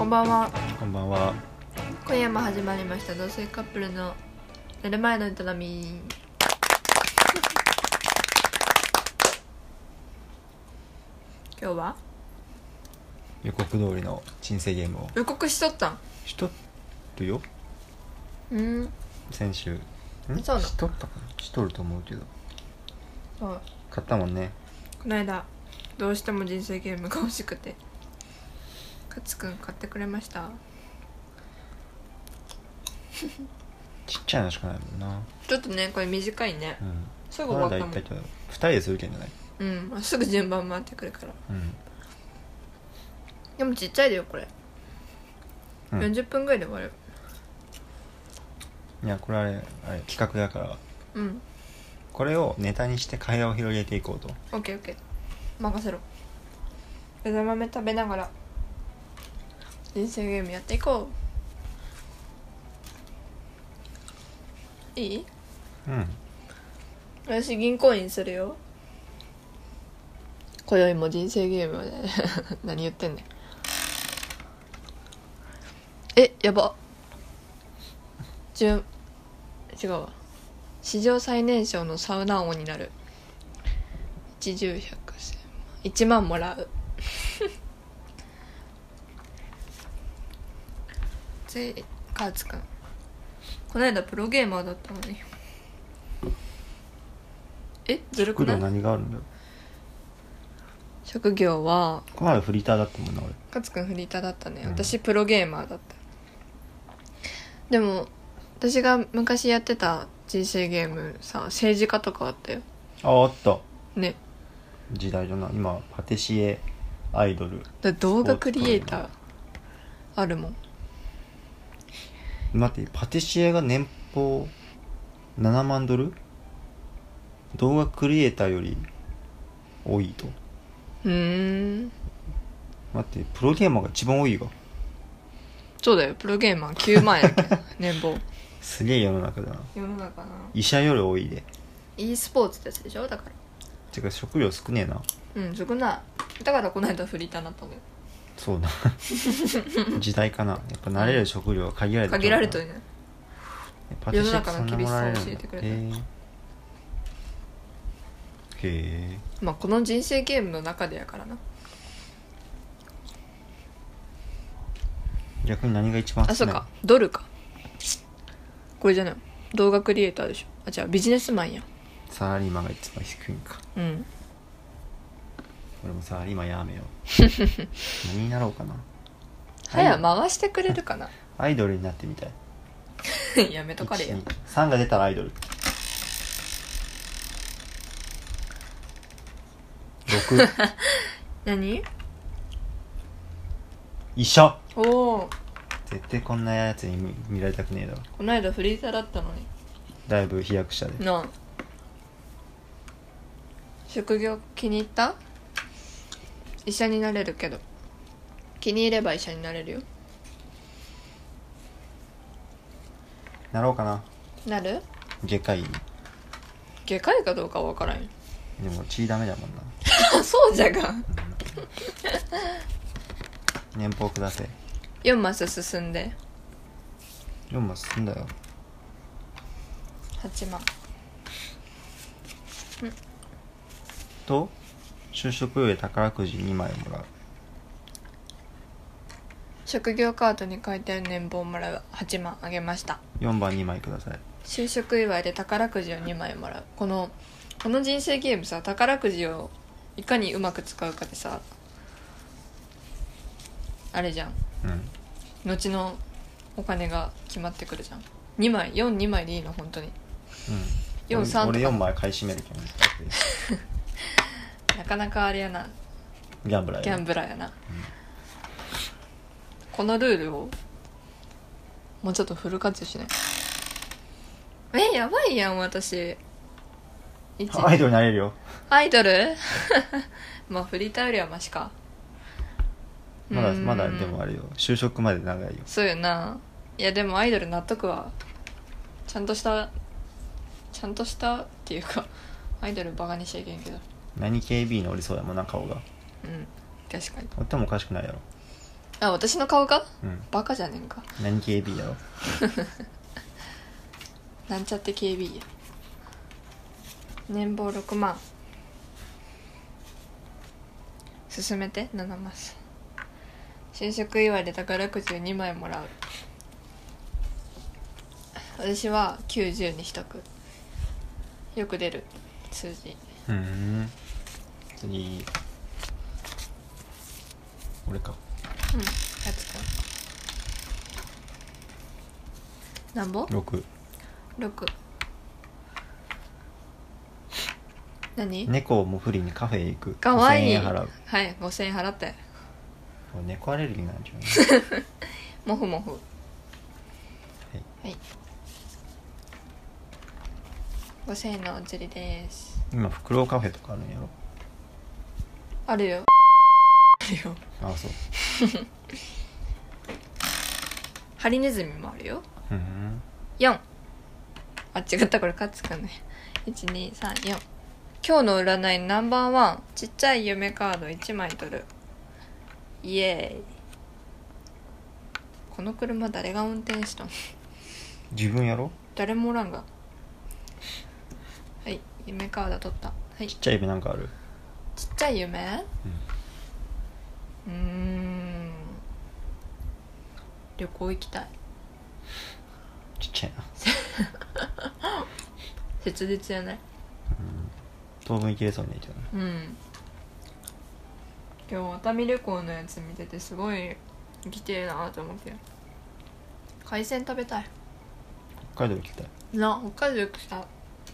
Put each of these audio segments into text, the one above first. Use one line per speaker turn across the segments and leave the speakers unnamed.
こんばんは。
こんばんは。
今夜も始まりました同性カップルの寝る前の営み。今日は
予告通りの人生ゲームを
予告しとったん？
しとるよ。先週
そうなの？
しとったかな。しとると思うけど。
そう、
買ったもんね。
この間どうしても人生ゲームが欲しくて勝くん買ってくれました。
ちっちゃいのしかないもんな。
ちょっとねこれ短いね、すぐ終わったもん。
2人でするけんじゃない？
すぐ順番回ってくるから。
うん。
でもちっちゃいだよこれ、40分ぐらいで終わる。
いやこれあれ企画だから、これをネタにして会話を広げていこうと。
オッケーオッケー、任せろ。枝豆食べながら人生ゲームやっていこう。いい？私銀行員するよ。今宵も人生ゲームで何言ってんねん。やば。違うわ。史上最年少のサウナ王になる。一重百千1万もらう。カーツくんこの間プロゲーマーだったのに。ずるくない？
職業何があるんだよ。
職業は
この間フリーターだったもんな俺。
カツくんフリーターだったね、私プロゲーマーだった。でも私が昔やってた人生ゲームさ、政治家とかあったよ。
あった
ね。
時代だな。今パティシエ、アイドル、
動画クリエイターあるもん。
待って、パティシエが年俸7万ドル、動画クリエイターより多いと。待って、プロゲーマーが一番多いが。
そうだよ、プロゲーマー9万円やけん年俸。
すげえ世の中だな。
世の中な。
医者より多いで。
e スポーツってやつでしょ。だから
てか食料少ねえな。
少ない。だからこの間フリーターになったんだよ。
そうだ時代かな。やっぱ慣れる食料は限られてる。
限られてるね。
パティシエ
世の中の厳しさを教えてくれた。
へえ。
まあこの人生ゲームの中でやからな。
逆に何が一番少ない？
そうか、ドルか。これじゃない、動画クリエイターでしょ。じゃあビジネスマンや。
サラリーマンが一番低いんか。俺もサラリーマンやめよう何になろうかな。
早回してくれるかな。
アイドルになってみたい。
やめとかれや。
3が出たらアイドル。6
何？
医者。
おお。
絶対こんなやつに 見られたくねえだろ。
この間フリーターだったのに。
だいぶ飛躍したで。
なあ。職業気に入った？医者になれるけど気に入れば医者になれるよ。
なろうかな。
なる？
外科医。
外科医かどうかは分からんよ。
でも血ダメだもんな
そうじゃが。
年俸ください。
4マス進んで
4マス進んだよ。
8万
と就職より宝くじ2枚もらう。
職業カードに書いてある年俸もらう。8万あげました。
4番2枚ください。
就職祝いで宝くじを2枚もらう。この人生ゲームさ、宝くじをいかにうまく使うかでさ、あれじゃん、後のお金が決まってくるじゃん。2枚でいいの本当に。4、3とか。
俺4枚買い占めるけど
なかなかあれやな、
ギャンブラー
やな、このルールをもうちょっとフル活用しない？やばいやん私。
アイドルになれるよ。
アイドルまあフリーターよりはマシか。
まだでもあれよ、就職まで長いよ。
そうよな。いやでもアイドル納得は。ちゃんとしたっていうか、アイドルバカにしちゃいけんけど。
何 KB のおりそうやもんな顔が。
確かに。
おってもおかしくないやろ。
あ、私の顔が
うん。
バカじゃねんか。
何 KB やろ。
なんちゃって KB や。年俸6万。進めて7マス。就職祝いで宝くじを2枚もらう。私は90にしとく。よく出る数字。
次俺か。
うん。やつか。なんぼ
6。
6。何？
猫をもふりにカフェへ行く。
かわいい。
5000円払う。
はい、5000円払って。
猫アレルギーなんじゃない
もふもふ。
はい、
5000円のお釣りです。
今フクロウカフェとかあるんやろ。
あるよ。あるよ。
あ、そう。
ハリネズミもあるよ。
うん。
4。あ、違った、これカツくんね。1,2,3,4。今日の占いナンバーワン。ちっちゃい夢カード1枚取る。イエーイ。この車誰が運転したの？
自分やろ。
誰もおらんが。はい、夢カード取った。はい。
ちっちゃい夢なんかある？
ちっちゃい夢？旅行行きたい。
ちっちゃいな。
切実やね。
当分行けそうね。じゃあ。
うん。今日熱海旅行のやつ見ててすごい行きてえなと思って。海鮮食べたい。
北海道行きたい
な。北海道行くさ。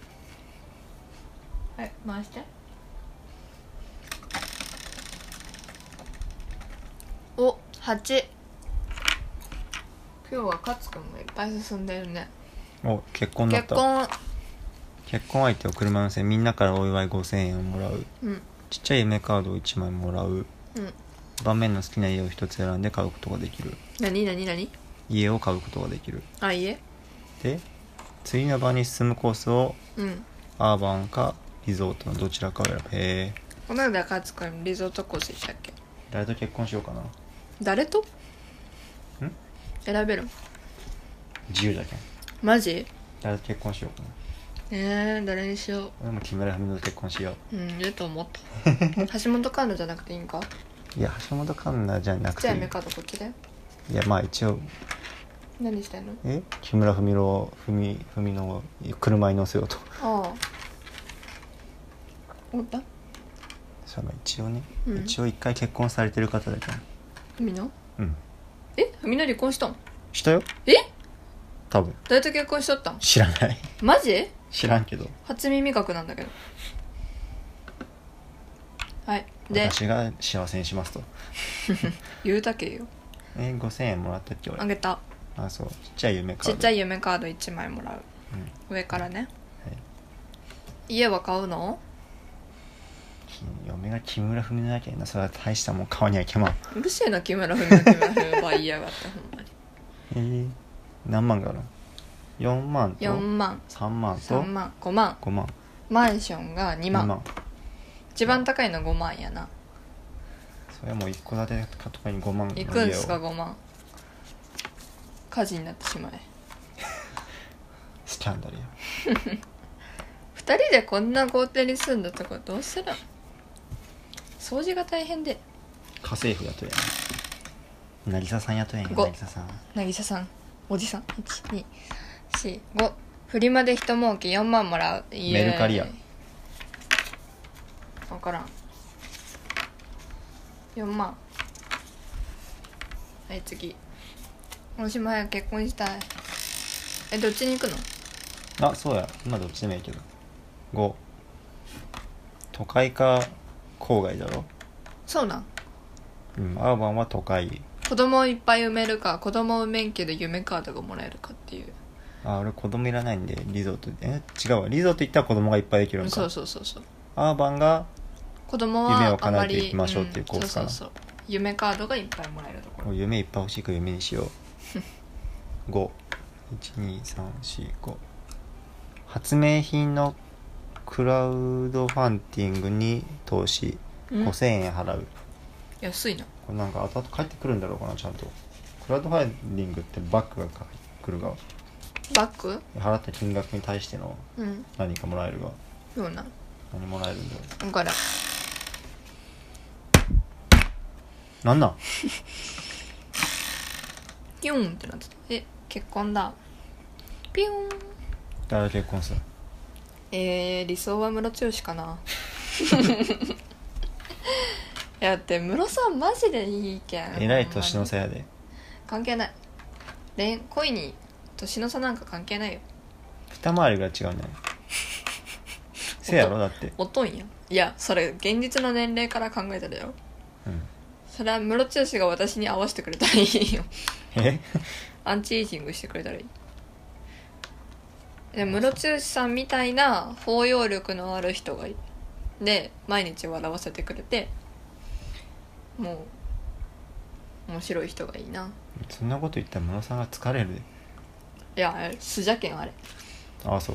はい、回して。お、8。今日は勝くんがいっぱい進んでるね。
お、結婚だった。結婚相手を車のせみんなからお祝い5000円をもらう、
うん、
ちっちゃい夢カードを1枚もらう、
うん、
盤面の好きな家を1つ選んで買うことができる。
何
家を買うことができる。
あ、家
で次の場に進むコースを、
うん、
アーバンかリゾートのどちらかを選ぶ。へえ。
この間勝くんリゾートコースでしたっけ？
誰と結婚しようかな。
誰と？選べる？
自由だけん。
マジ？
誰と結婚しようかな。
誰にしよう。
俺も木村文乃と結婚しよ
う。いると思った。橋本環奈じゃなくていいんか？
いや、橋本環奈じゃなくて
じゃあ夢カードこっちで。
いや、まあ一応
何してんの？
木村文乃を車に乗せようと。
ああ、思った？
その一応ね、
うん、
一応一回結婚されてる方だから。
文乃？
うん。
文乃離婚したん？
したよ。多分。
誰と結婚しとったん？
知らない。
マジ？
知らんけど。
初耳学なんだけど。はい。で
私が幸せにしますと。
言うたけよ。
5000円もらったっけ俺。
あげた。
あ、そう。ちっちゃい夢カード。
ちっちゃい夢カード1枚もらう。上からね。はい、家は買うの？
嫁が木村文乃だけどな。それは大したもん買わにゃいけまん。
うるせえな、木村文乃は言いやがったほんまに。
何万かな。4万と
4万
3万と
3万5万
5万。
マンションが2万。一番高いの5万やな。
それはもう一戸建てとかに5万。
いくんすか5万。火事になってしまえ。
スキャンダルや。
2人でこんな豪邸に住んだとこどうするん？掃除が大変で。
家政婦雇えやん。渚さん雇えやん。
渚さんおじさん。1,2,4,5。フリマで一儲け4万もらう。
メルカリや。
分からん。4万。はい、次。私も早く結婚したい。どっちに行くの？
あ、そうや。今どっちでもいいけど。5。都会か郊外だろ。
そうなん。
アーバンは都会。
子供をいっぱい産めるか、子供を産めんけど夢カードがもらえるかっていう。
俺子供いらないんでリゾートで。違うわ。リゾート行ったら子供がいっぱいできるんか。
そう。
アーバンが
子供は
夢を叶えていきましょうっていうコースかな。
そう。夢カードがいっぱいもらえるところ。
夢いっぱい欲しいから夢にしよう。5。1,2,3,4,5。発明品のクラウドファンディングに投資。5000円払う。
安いな。
これなんか後々返ってくるんだろうかな。ちゃんとクラウドファンディングってバックが来るが、
バッグ
払った金額に対しての
うん
何かもらえるが、
ような
何もらえるんだよ。
だから
なんなん
ピューンってなってた。結婚だ。ピューン。
誰結婚する？
理想はムロツヨシかな。いやだってムロさんマジでいいけん。
えらい年の差やで。
関係ない。恋に年の差なんか関係ないよ。
二回りぐらい違うんじゃない？せやろだって。
おとんや。いやそれ現実の年齢から考えたらよ。
うん
それはムロツヨシが私に合わせてくれたらいいよ。
え
アンチエイジングしてくれたらいい。でムロツヨシさんみたいな包容力のある人がいいで毎日笑わせてくれて、もう面白い人がいいな。
そんなこと言ったらムロさんが疲れるで。
いや素じゃけんあれ。
ああそう。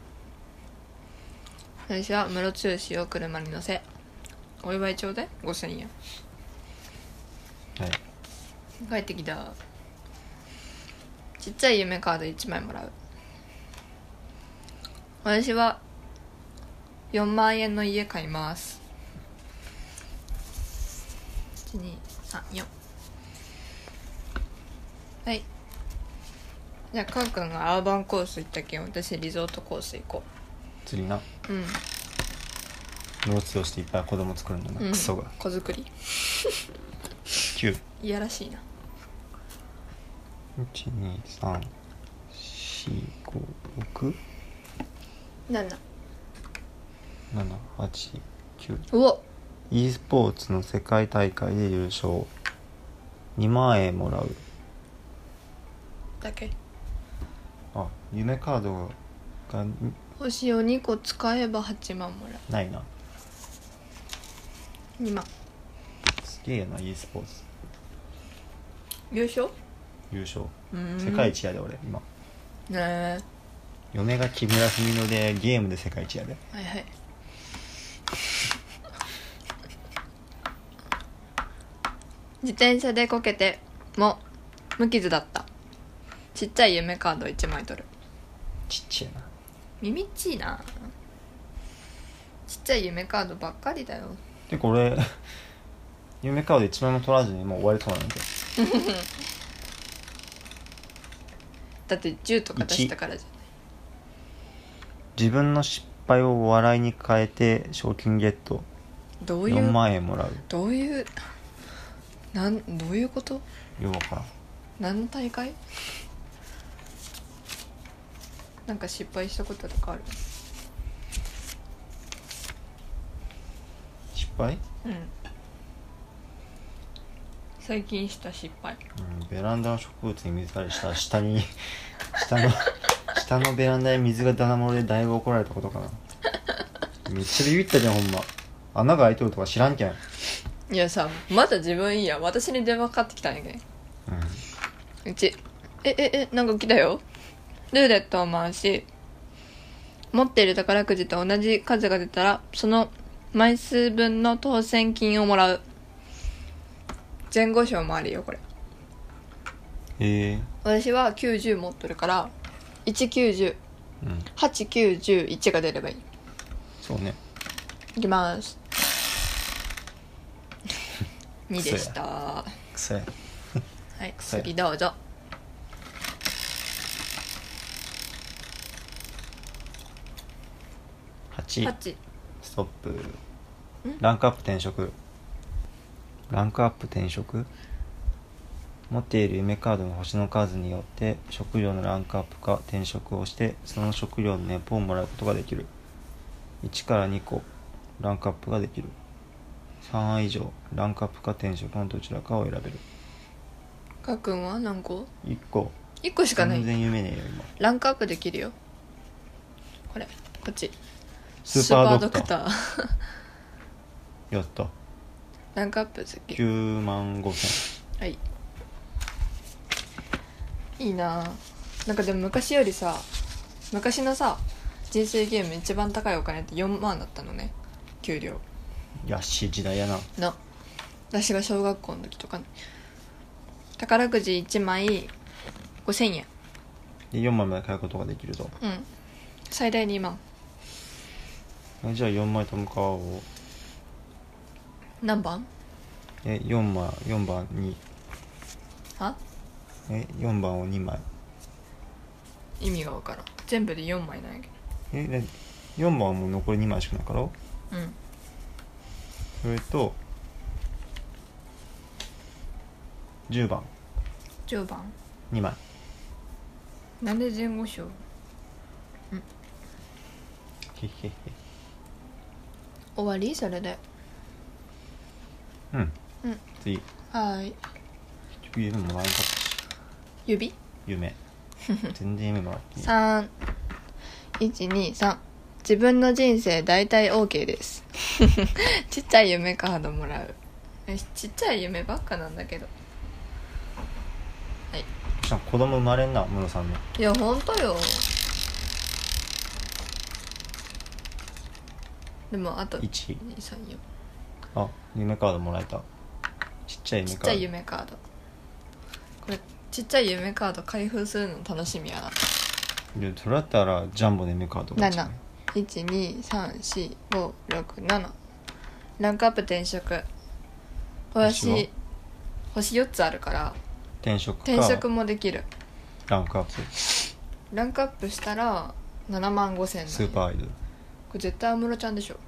私はムロツヨシを車に乗せ、お祝いちょうだい5000円。
はい。
帰ってきた。ちっちゃい夢カード1枚もらう。私は4万円の家買います。1234。はい。じゃあカン君がアーバンコース行ったけん、私リゾートコース行こ
釣りな。
う。うん
ムロツヨシしていっぱい子供作るんだな、クソが。
子作り
9。
いやらしいな。
1,2,3,4,5,6
7。
7,8,9。
うお
e スポーツの世界大会で優勝、2万円もらう。
だけ。
あ、夢カードが
星を2個使えば8万もら
ないな。
う。2万。
すげえな e スポーツ
優勝。
優勝。
世
世界一やで俺今。
ねえ。
嫁が木村文乃でゲームで世界一やで。
はいはい。自転車でこけても無傷だった。ちっちゃい夢カード1枚取る。
ちっちゃいな。
耳っちいな。ちっちゃい夢カードばっかりだよ。
でこれ夢カード1枚も取らずにもう終わりそうなんで。
だって10とか出したからじゃない。
自分の失敗を笑いに変えて賞金ゲット。
どういう
4万円もらう。
どういうどういうこと？
ようわからん。
何の大会？なんか失敗したこととかある？
失敗？
うん。最近した失敗。
ベランダの植物に水たりしたら下のベランダに水がダダ漏れでだいぶ怒られたことかな。めっちゃビビったじゃんほんま。穴が開いとるとか知らんけん。
いやさ、まだ自分いいや。私に電話かかってきたんやけん。うちなんか来たよ。ルーレットを回し、持っている宝くじと同じ数が出たらその枚数分の当選金をもらう。前後賞もあるよこれ。私は90持っとるから190、8911が出ればいい。
そうね。
いきます2でした。は
くそや。
い、次どうぞ。
8。ストップ。ランクアップ転職。持っている夢カードの星の数によって職業のランクアップか転職をしてその職業の年俸をもらうことができる。1から2個ランクアップができる。3以上ランクアップか転職のどちらかを選べる。
かっくんは何個
1個。
1個しかない。
全然夢ねえよ今。
ランクアップできるよ。これこっち
スーパードクターやった。
ランクアップできる。
9万5千。
はい、いいな。なんかでも昔よりさ、昔のさ人生ゲーム一番高いお金って4万だったのね、給料。
安い時代やな。
私が小学校の時とか宝くじ1枚5000円
で4枚まで買うことができると。
うん最大2万。
じゃあ4枚とも買おう。
何番
4番に
は
4番を2枚。
意味が分からん。全部で4枚なんやけ
で4番はもう残り2枚しかないから
ど。うん
それと10番
10番
2枚。
なんで前後賞。
へへへ。
終わりそれで。
うん次
はい
結局夢もらえなかったし。
指
夢全然夢もらっていい。
3 123自分の人生大体 OK ですちっちゃい夢カードもらう。ちっちゃい夢ばっかなんだけど。はい。
そしたら子供生まれんなムロさんの。
いやほんとよ。でもあと
1
234
あ夢カードもらえた。ちっちゃい夢カード。
ちっちゃい夢カード。これちっちゃい夢カード開封するの楽しみやな。
でそれだったらジャンボの夢カードが
7 1234567ランクアップ転職。星4つあるから
転職か
転職もできる。
ランクアップ
ランクアップしたら7万5千円。
スーパーアイドル。
これ絶対安室ちゃんでしょ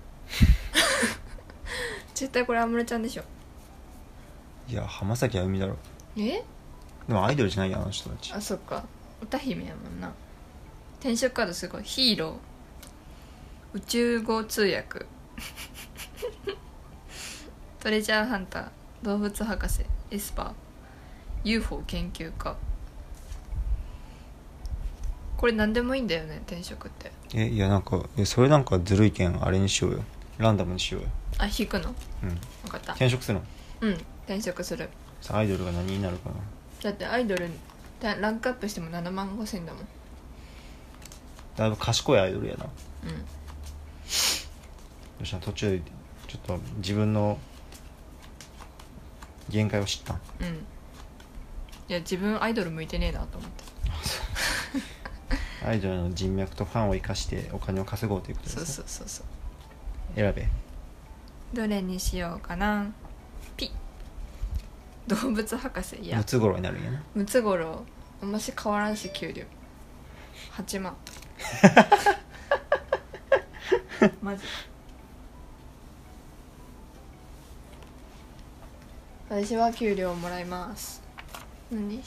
絶対これ安室ちゃんでしょ。
いや浜崎あゆみだろ。
え
でもアイドルじゃないやあの人たち。
あそっか歌姫やもんな。転職カードすごい。ヒーロー宇宙語通訳トレジャーハンター動物博士エスパー UFO 研究家。これ何でもいいんだよね転職って。
いやなんかそれなんかずるいけんあれにしようよ。ランダムにしようよ。
あ引くの。
うん
分かった。
転職するの。
うん転職する。
さあアイドルが何になるかな。
だってアイドルランクアップしても7万5千だもん。
だいぶ賢いアイドルやな。
うん
どうした途中でちょっと自分の限界を知ったん。
うんいや自分アイドル向いてねえなと思って。
アイドルの人脈とファンを生かしてお金を稼ごうということですね。
そう
選べ。
どれにしようかな。ピ動物博士。いや
ムツゴロウになるんやな。
ムツゴロウあんまし変わらんし給料8万マジ私は給料をもらいます。何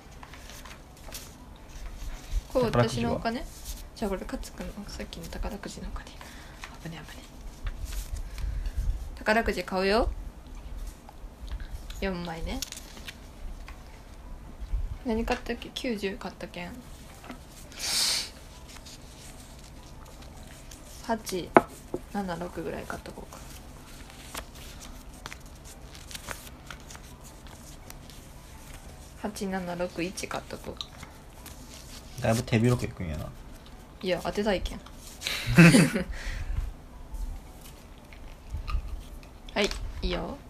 これ私のお金じゃあこれ勝つくんのさっきの宝くじのお金。危ね危ね。宝くじ買うよ4枚ね。何買ったっけ。90買ったけん876ぐらい買っとこうか。8761買っとこう。
だいぶ手広くいくんやな。
いや当てたいけんはいいいよ。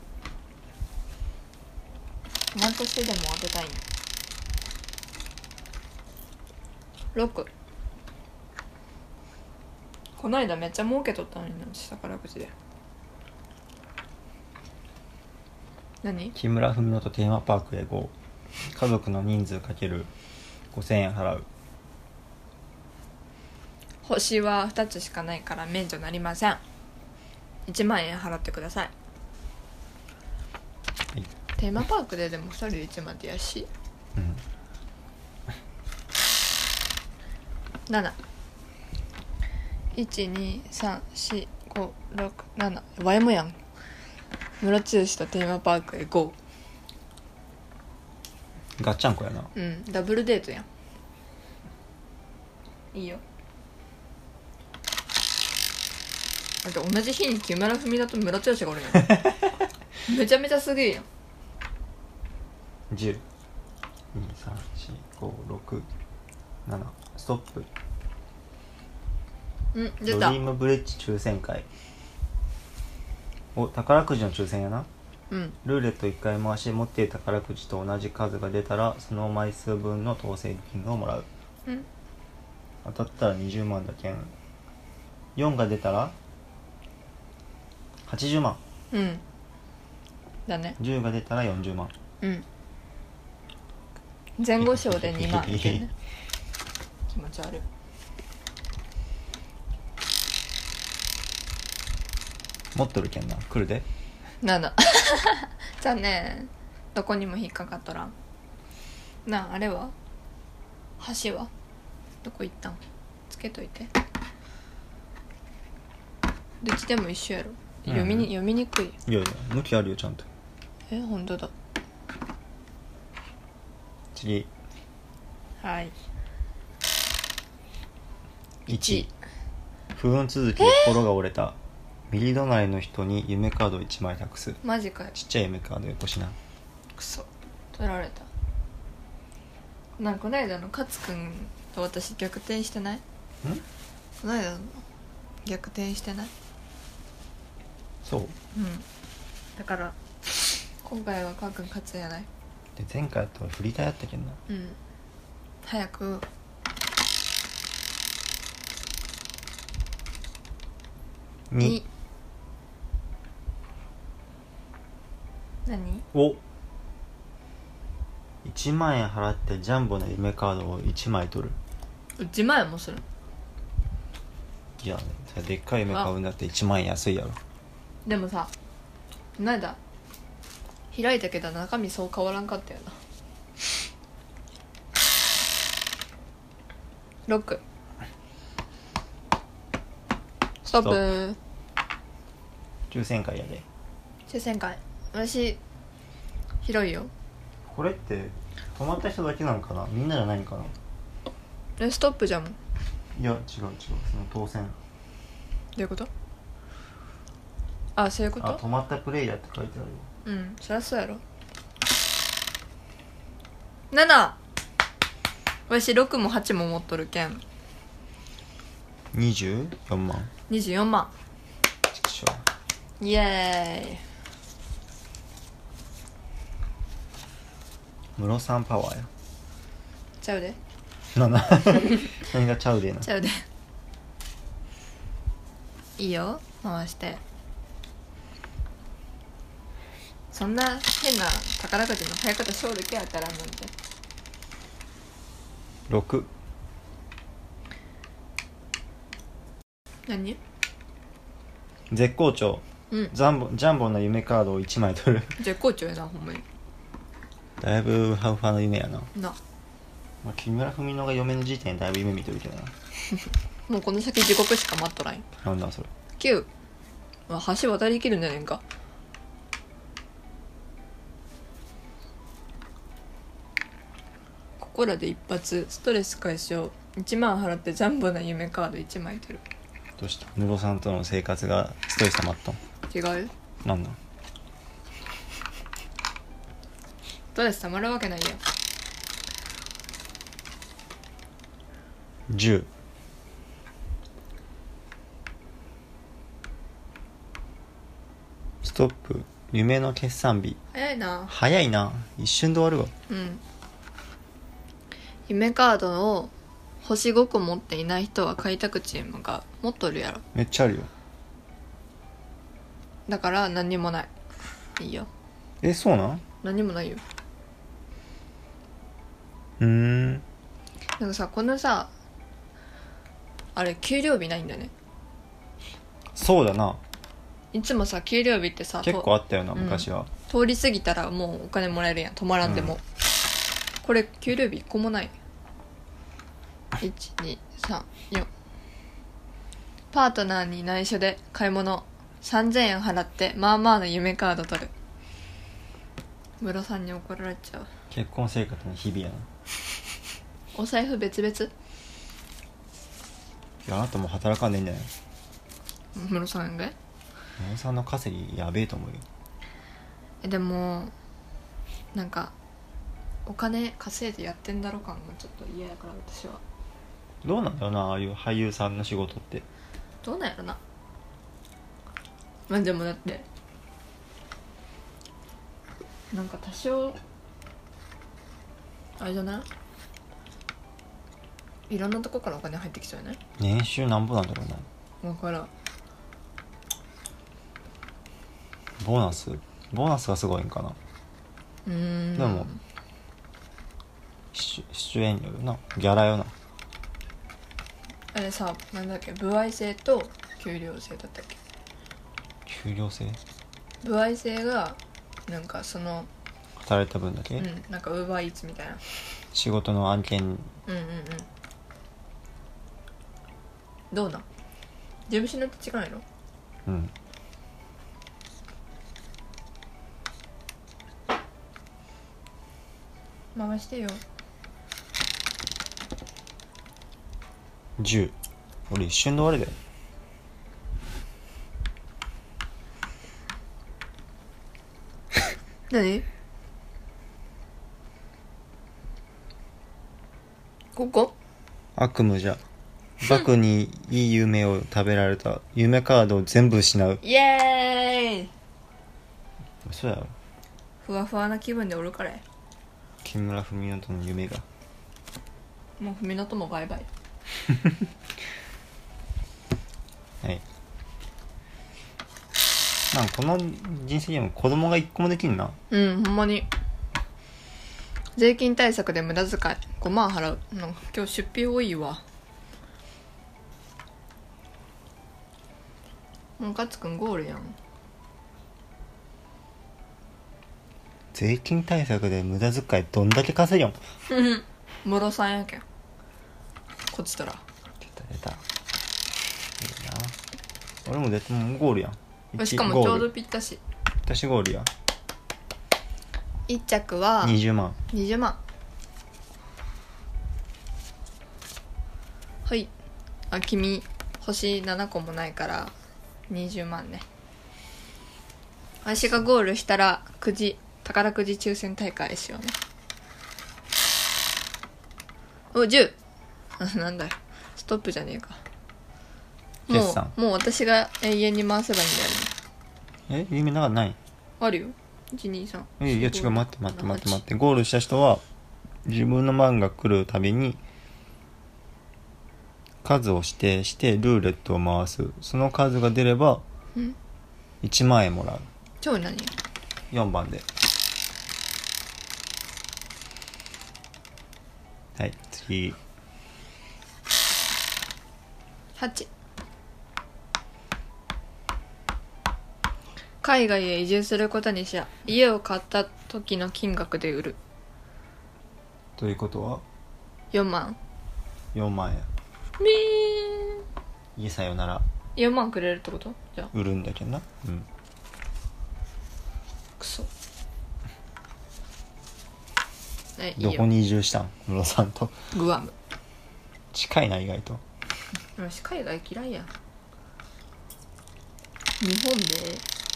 何としてでも当てたいの。6こないだめっちゃ儲けとったのにな宝くじで。何
木村文乃とテーマパークへ GO。 家族の人数かける5000円払う。
星は2つしかないから免除なりません。1万円払ってください。
はい、
テーマパークででも2人で1万って安い。7 1234567ワイもやん。ムロツヨシとテーマパークへ GO。
ガッチャンコやな。
うんダブルデートやん。いいよ。あと同じ日に木村文乃とムロツヨシがおるやんめちゃめちゃすげえやん。
10 2 3 4 5 6 7ストップ。ドリ
出た。
ームブレッジ抽選会。お宝くじの抽選やな。
うん。
ルーレット1回回し持っている宝くじと同じ数が出たらその枚数分の当選金をもらう。
うん。
当たったら20万だけん。4が出たら80万。
うん。だね。
10が出たら40万。
うん。前後賞で2万いけんね。気持ち悪い。
持っとるけんな。来るで。
7残念。どこにも引っかかっとらんな。ああれは箸はどこ行ったん。つけといて。どっちでも一緒やろ。読みにくい。
いやいや向きあるよちゃんと。
本当だ。
次。
はい。
1。不運続きで心が折れた。右隣の人に夢カード1枚託す。
マジかよ。
ちっちゃい夢カードよこしな。
くそ取られた。なんかこの間の勝くんと私逆転してない？この間の逆転してない？
そう。
うん。だから今回はかーくん勝つんやない？
で前回やったら振りたやったけんな。
うん。早く。
2。
何？
お1万円払ってジャンボの夢カードを1枚取る。
1万円もする？
いやね、でっかい夢買うんだって1万円安いやろ。
でもさ、この間開いたけど中身そう変わらんかったよな。6。ストップ。
抽選会やで。
抽選会。私広いよ。
これって泊まった人だけなのかな、みんなじゃないんかな。
ストップじゃん。ど
いや違うその当選。
ういうこと？あ、そういうこと？
あ、泊まったプレイヤーって書いてあるよ。
うん、そりゃそうやろ。7。私6も8も持っとるけん
24万。
24万。
ちくしょ
イエーイ。
ムロさんパワーや。
ちゃうで。
何がちゃうでな。
ちゃうで。いいよ、回して。そんな変な宝くじの買い方勝利け当たらんなんて。
6。
何？
絶好調。
うん。
ジャンボの夢カードを1枚取る。
絶好調やな、ほんまに。
だいぶハウファの夢やな。
な。
まあ、木村文乃が嫁の時点でだいぶ夢見てるけどな。
もうこの先地獄しか待っとらんよ。
なんだそれ。
9。橋渡りきるんじゃねえんか。ここらで一発ストレス解消。1万払ってジャンボな夢カード1枚取る。
どうした、ムロさんとの生活がストレス溜まったん。
違う。
なんだ。
ストレス溜まるわけないよ。
10。ストップ。夢の決算日。
早いな。
早いな、一瞬で終わるわ。
うん。夢カードを星5個持っていない人は開拓チームが持っとるやろ。
めっちゃあるよ。
だから何にもない。いいよ。
そうなん。
何にもないよ。
なん
かさ、このさあれ給料日ないんだね。
そうだな。
いつもさ給料日ってさ
結構あったよな昔は、
通り過ぎたらもうお金もらえるやん、泊まらんでも、これ給料日1個もない。123 4。パートナーに内緒で買い物3000円払ってまあまあの夢カード取る。ムロさんに怒られちゃう。
結婚生活の日々やな。
お財布別々。
いや、あなたも働かんでいいんじゃない。
ムロさんが
ムロさんの稼ぎやべえと思うよ。
でもなんかお金稼いでやってんだろ感がちょっと嫌やから私は。
どうなんだろうな、ああいう俳優さんの仕事って。
どうなんやろな。まあでもだってなんか多少あれじゃない、いろんなとこからお金入ってきそうやね。
年収なんぼなんだろうな。
分からん。
ボーナスがすごいんかな。でも出演料よな、ギャラよな。
あれさ、なんだっけ、歩合制と給料制だったっけ。
給料制、
歩合制がなんかその
働いた分だけ、
なんかウーバーイーツみたいな。
仕事の案件。
どうなん、事務所によって違うやろ。回してよ。
10。俺一瞬で終わりだよ。
何ここ
悪夢じゃ。バクにいい夢を食べられた。夢カードを全部失う。
イエーイ。
そうやろ。
ふわふわな気分でおるからや。
木村文乃との夢が。
もう文乃ともバイバイ。
はい。なんかこの人生でも子供が1個もできんな。
ほんまに。税金対策で無駄遣い5万払う。なんか今日出費多いわ。もうカツくんゴールやん。
税金対策で無駄遣いどんだけ稼ぎよん。
ムロさんやけんこっちとら。
出たいいな。俺も出てもうゴールやん。
しかもちょうどぴったし。
私ゴールや。
1着は
20万。
20万。はい。あ、君星7個もないから20万ね。私がゴールしたら宝くじ抽選大会しようね。お、10。なんだよ、ストップじゃねえか。
決算。
もう私が永遠に回せばいいんだよね。
夢なんかない。
あるよ。123。
いや違う、待って。ゴールした人は自分の番が来るたびに数を指定してルーレットを回す。その数が出れば1万円もらう。
超何
4番で。はい、次。
8。海外へ移住することにしや。家を買った時の金額で売る。
ということは
4万。
4万円。
みー。
家さよなら。
4万くれるってことじゃあ。
売るんだけどな。
クソ。
どこに移住したん、ムロさんと。
グアム。
近いな、意外と。
私海外嫌いやん。日本で。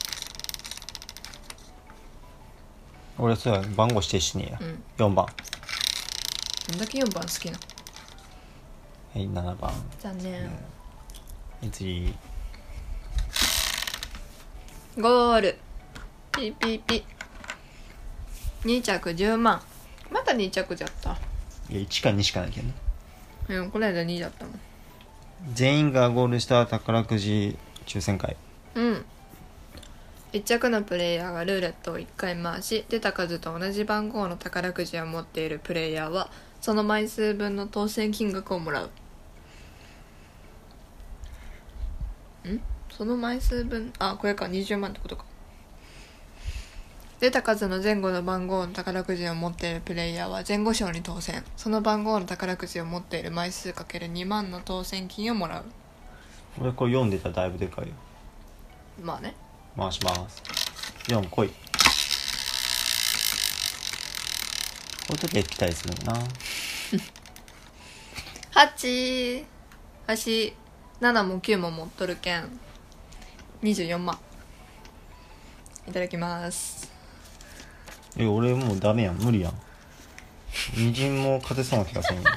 俺そうや、番号指定しねえや。4番。
どんだけ4番好きな。
はい、7番。
残念。
次。
ゴール。ピピピ。2着10万。また2着じゃった。
いや、1か2しかないけどね。
この間2だったもん。
全員がゴールした宝くじ抽選会。
1着のプレイヤーがルーレットを1回回し、出た数と同じ番号の宝くじを持っているプレイヤーはその枚数分の当選金額をもらう。その枚数分、これか、20万ってことか。出た数の前後の番号の宝くじを持っているプレイヤーは前後賞に当選。その番号の宝くじを持っている枚数 ×2 万の当選金をもらう。
俺これ読んでたらだいぶでかいよ。
まあね。
回します。4来い。こういう時は期待するな。
8。足7も9も持っとるけん24万。いただきます。
俺もうダメやん、無理やん。みじんも勝てそうな気がするんや。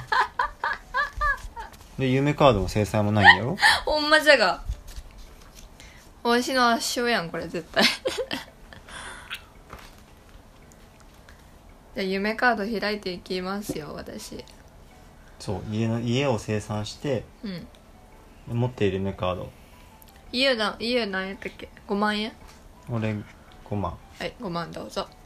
で、夢カードも制裁もないんやろ。
ほんまじゃが。わしの圧勝やんこれ絶対。 じゃあ夢カード開いていきますよ私。
そう、家を清算して持っている夢カード。
家何やったっけ。5万円。
俺5万。
はい、5万どうぞ。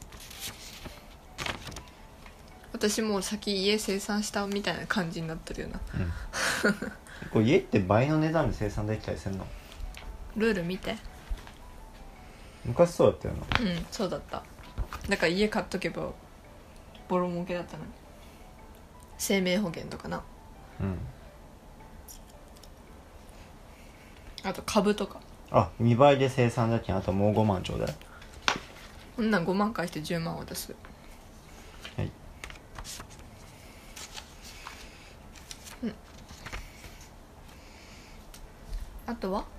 私もう先家清算したみたいな感じになってるよな。
これ家って倍の値段で清算できたりするの？
ルール見て。
昔そうだったよな。
うん、そうだった。だから家買っとけばボロ儲けだったのに。生命保険とかな。あと株とか。
あ、2倍で生産だけん、あともう5万ちょうだい。
こんなん5万返して10万渡す。
はい。
あとは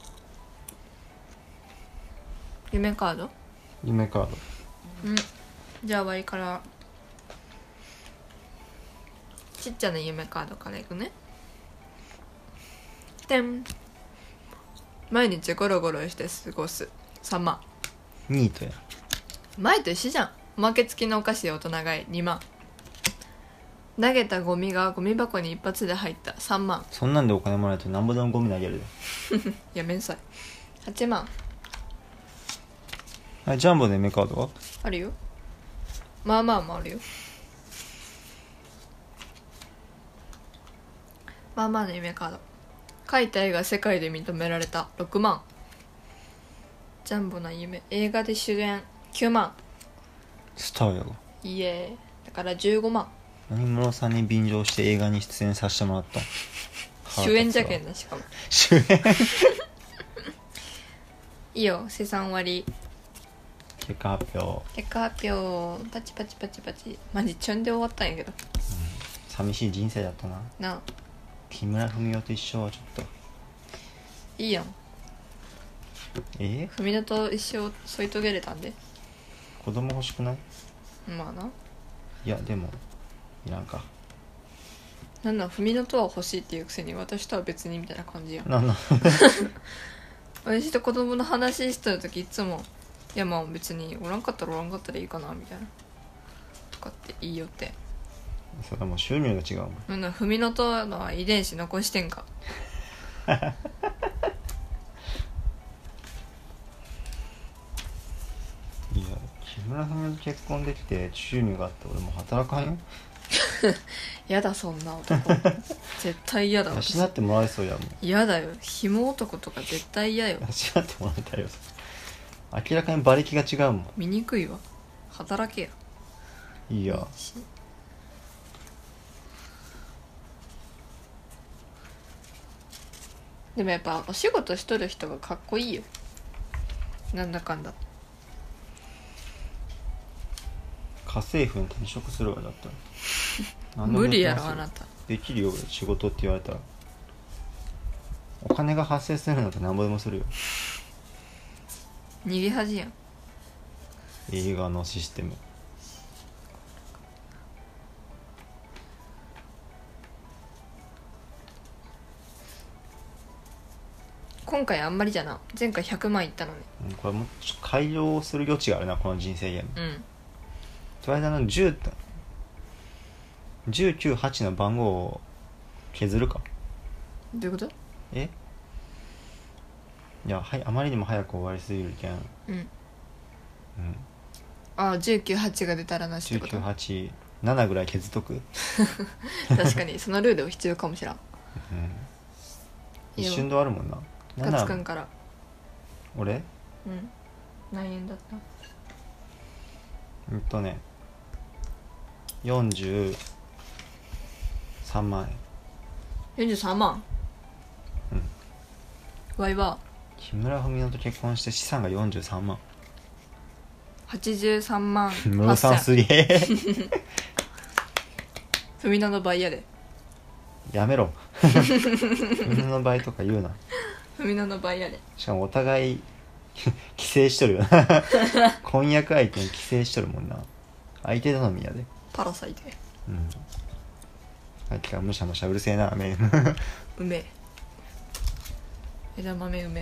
夢カード。
夢カード。
じゃあ割からちっちゃな夢カードからいくね。てん。毎日ゴロゴロして過ごす3万。
ニートや。
前と一緒じゃん。おまけ付きのお菓子で大人買い2万。投げたゴミがゴミ箱に一発で入った3万。
そんなんでお金もらえるとなんぼでもゴミ投げるで。
やめんさい。8万。
はい、ジャンボの夢カードは？
あるよ。まあまあもあるよ。まあまあの夢カード。描いた絵が世界で認められた6万。ジャンボな夢映画で主演9万。
スターやろ。
イエー。だから15万。
何室さんに便乗して映画に出演させてもらった。
主演じゃけんな。しかも
主演
いいよ。生産終わり。
結果発表。
結果発表。パチパチパチパチ。マジチュンで終わったんやけど、
寂しい人生だったな。
なあ。
木村文雄と一緒はちょっと
いいやん。文乃と一生添い遂げれたんで。
子供欲しくない？
まあな。
いやでもいらんか。
なんなん文乃とは欲しいっていうくせに私とは別にみたいな感じやん。
なんなん
私と子供の話してる時いつもいやまあ別におらんかったらおらんかったらいいかなみたいなとかって言いよって。
それはもう収入が違うもん。
なんだ文乃とのは遺伝子残してんか。
いや木村文雄と結婚できて収入があって俺もう働かんよ。
やだそんな男絶対嫌だ。
養ってもらえそうやもん。
嫌だよ。紐男とか絶対嫌よ。
養ってもらいたいよ。明らかに馬力が違うもん。
醜いわ。働けや。
いいや。
でもやっぱお仕事しとる人がかっこいいよ。なんだかんだ。
家政婦に転職するわだったら
無理やろあなた。
できるよ仕事って言われたら。お金が発生するのってなんぼでもするよ。
逃げ恥やん。
映画のシステム。
今回あんまりじゃな。前回100万いったのに。
これもうちょっと改良する余地があるなこの人生ゲーム。とりあえず10198の番号を削るか。
どういうこと？
いやあまりにも早く終わりすぎるけん。
ああ198が出たらなしってこと。
1987ぐらい削っとく。
確かにそのルールは必要かもしらん。
一瞬で終わるもんな。
ガツくんから。
俺？
何円だった？
43万円。
43万。わいは
木村文乃と結婚して資産が43万。
83万
室さんすげえ。
文乃の倍やで。
やめろ。文乃の倍とか言うな。
文乃の倍やで。
しかもお互い寄生しとるよな。婚約相手に寄生しとるもんな。相手頼みやで。
パラサイトや。
さっきからむしゃむしゃうるせえな。め
うめえ。枝豆うめえ。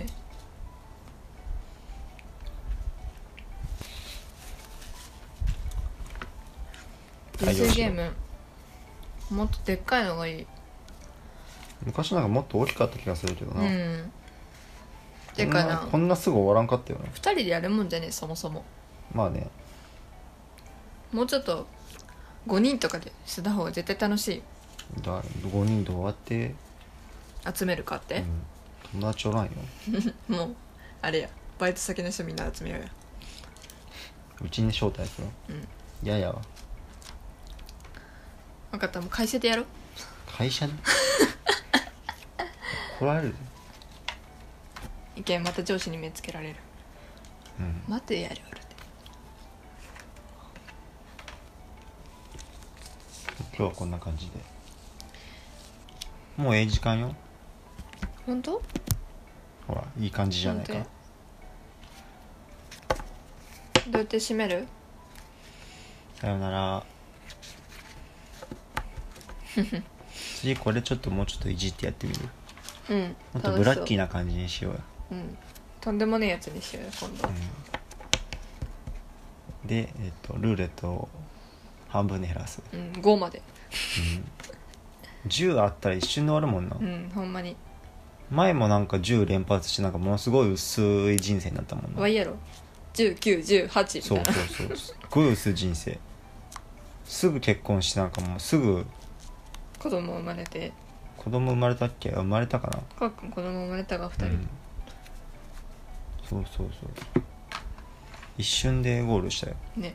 人生ゲームもっとでっかいのがいい。
昔なんかもっと大きかった気がするけどな。
てかな、
こんなすぐ終わらんかったよね。
2人でやるもんじゃねえ、そもそも。
まあね。
もうちょっと5人とかでした方が絶対楽しい。
5人どうやって
集めるかって、
友達おらんよ。
もうあれや、バイト先の人みんな集めようや。
うちに招待する。いややわ。
分かった、もう会社でやろう。
会社で怒られるで。
いけん、また上司に目つけられる。待てやるって。
今日はこんな感じで。もうええ時間よ。
本当？
ほらいい感じじゃないか。
どうやって閉める？
さよなら。次これちょっともうちょっといじってやってみる。もっとブラッキーな感じにしようよ。
とんでもねえやつにしようよ今度。
でルーレットを半分に減らす。
5まで。
10あったら一瞬で終わるもんな。
ほんまに。
前もなんか10連発してなんかものすごい薄い人生になったもんな。
わいやろ、19、18みたいな。
そうすっごい薄い人生。すぐ結婚してなんかもうすぐ
子供生まれて。
子供生まれたっけ？生まれたかな。
かっくん子供生まれたが2人、
そう一瞬でゴールしたよ
ね。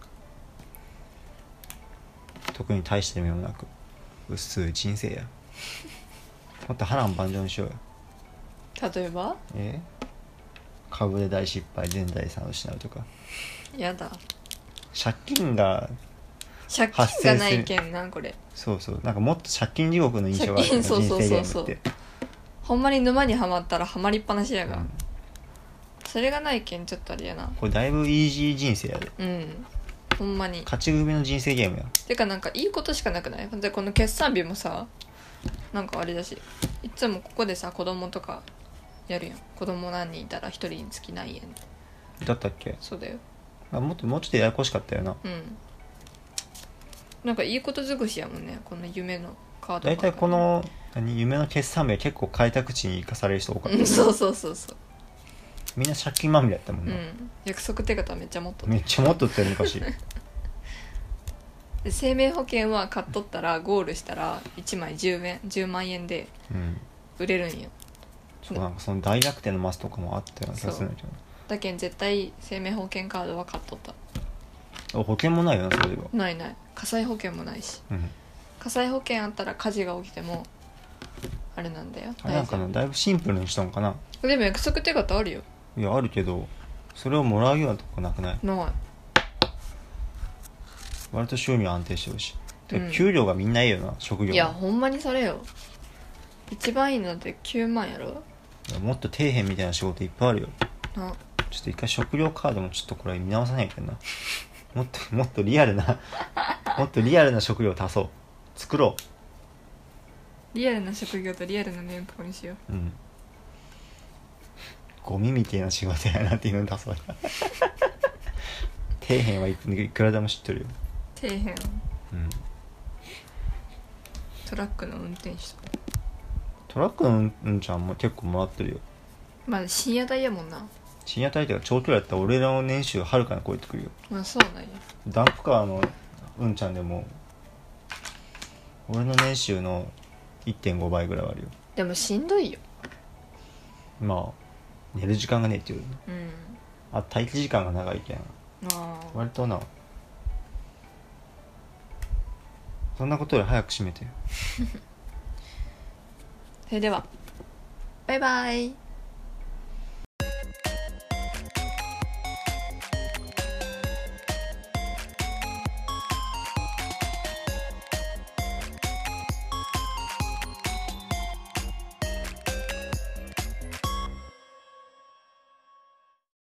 特に大して目もなく薄い人生や。もっと波乱万丈にしようよ。
例えば
株で大失敗、全財産を失うとか。
やだ、
借金が
ないけんなこれ。
そうなんかもっと借金地獄の印象がある、
そう
人生ゲームって。
ほんまに沼にはまったらはまりっぱなしやが、それがないけんちょっとあれやな。
これだいぶイージー人生やで。
ほんまに
勝ち組の人生ゲームや。
てかなんかいいことしかなくない？でこの決算日もさ、なんかあれだし、いつもここでさ子供とかやるやん。子供何人いたら1人につき何円
だったっけ？
そうだよ。
もうちょっとややこしかったよな。
なんかいいこと尽くしやもんね、この夢のカード。
だいたいこの夢の決算日は結構開拓地に生かされる人多かった。
そう
みんな借金まみれやったもんな。
約束手形めっちゃ持っとった。
めっちゃ持っとったよ昔。
で生命保険は買っとったらゴールしたら1枚10万円で売れるんよ。
そうなんかその大逆転のマスとかもあったような気がするんだけど。
だけん絶対生命保険カードは買っとった。
保険もないよな、それでは。
ない火災保険もないし、火災保険あったら火事が起きてもあれなんだよ。
あれなんかな、だいぶシンプルにしたんかな。
でも約束手形あるよ。
いやあるけどそれをもらうようなとこなくない？
ない。
割と収入安定してるし、給料がみんないいよな、職業。
いやほんまにそれよ。一番いいのって9万やろ。
もっと底辺みたいな仕事いっぱいあるよ。
な、
ちょっと一回食料カードもちょっとこれ見直さないけどな。もっとリアルなもっとリアルな職業を足そう。作ろ
う。リアルな職業とリアルな年俸にしよう。
ゴミみたいな仕事やなっていうのに出そう。底辺はいくらでも知ってるよ。
底辺、トラックの運転手とか。
トラックの運ちゃんも結構もらってるよ。
まあ深夜帯やもんな。
深夜帯というか長距離やったら俺らの年収はるかに超えてくるよ。
まあそうなんや。
ダンプカーのうんちゃんでも俺の年収の 1.5 倍ぐらいはあるよ。
でもしんどいよ。
まあ寝る時間がねえっていう、待機時間が長いけん割とな。そんなことより早く閉めてよ。
それではバイバイ。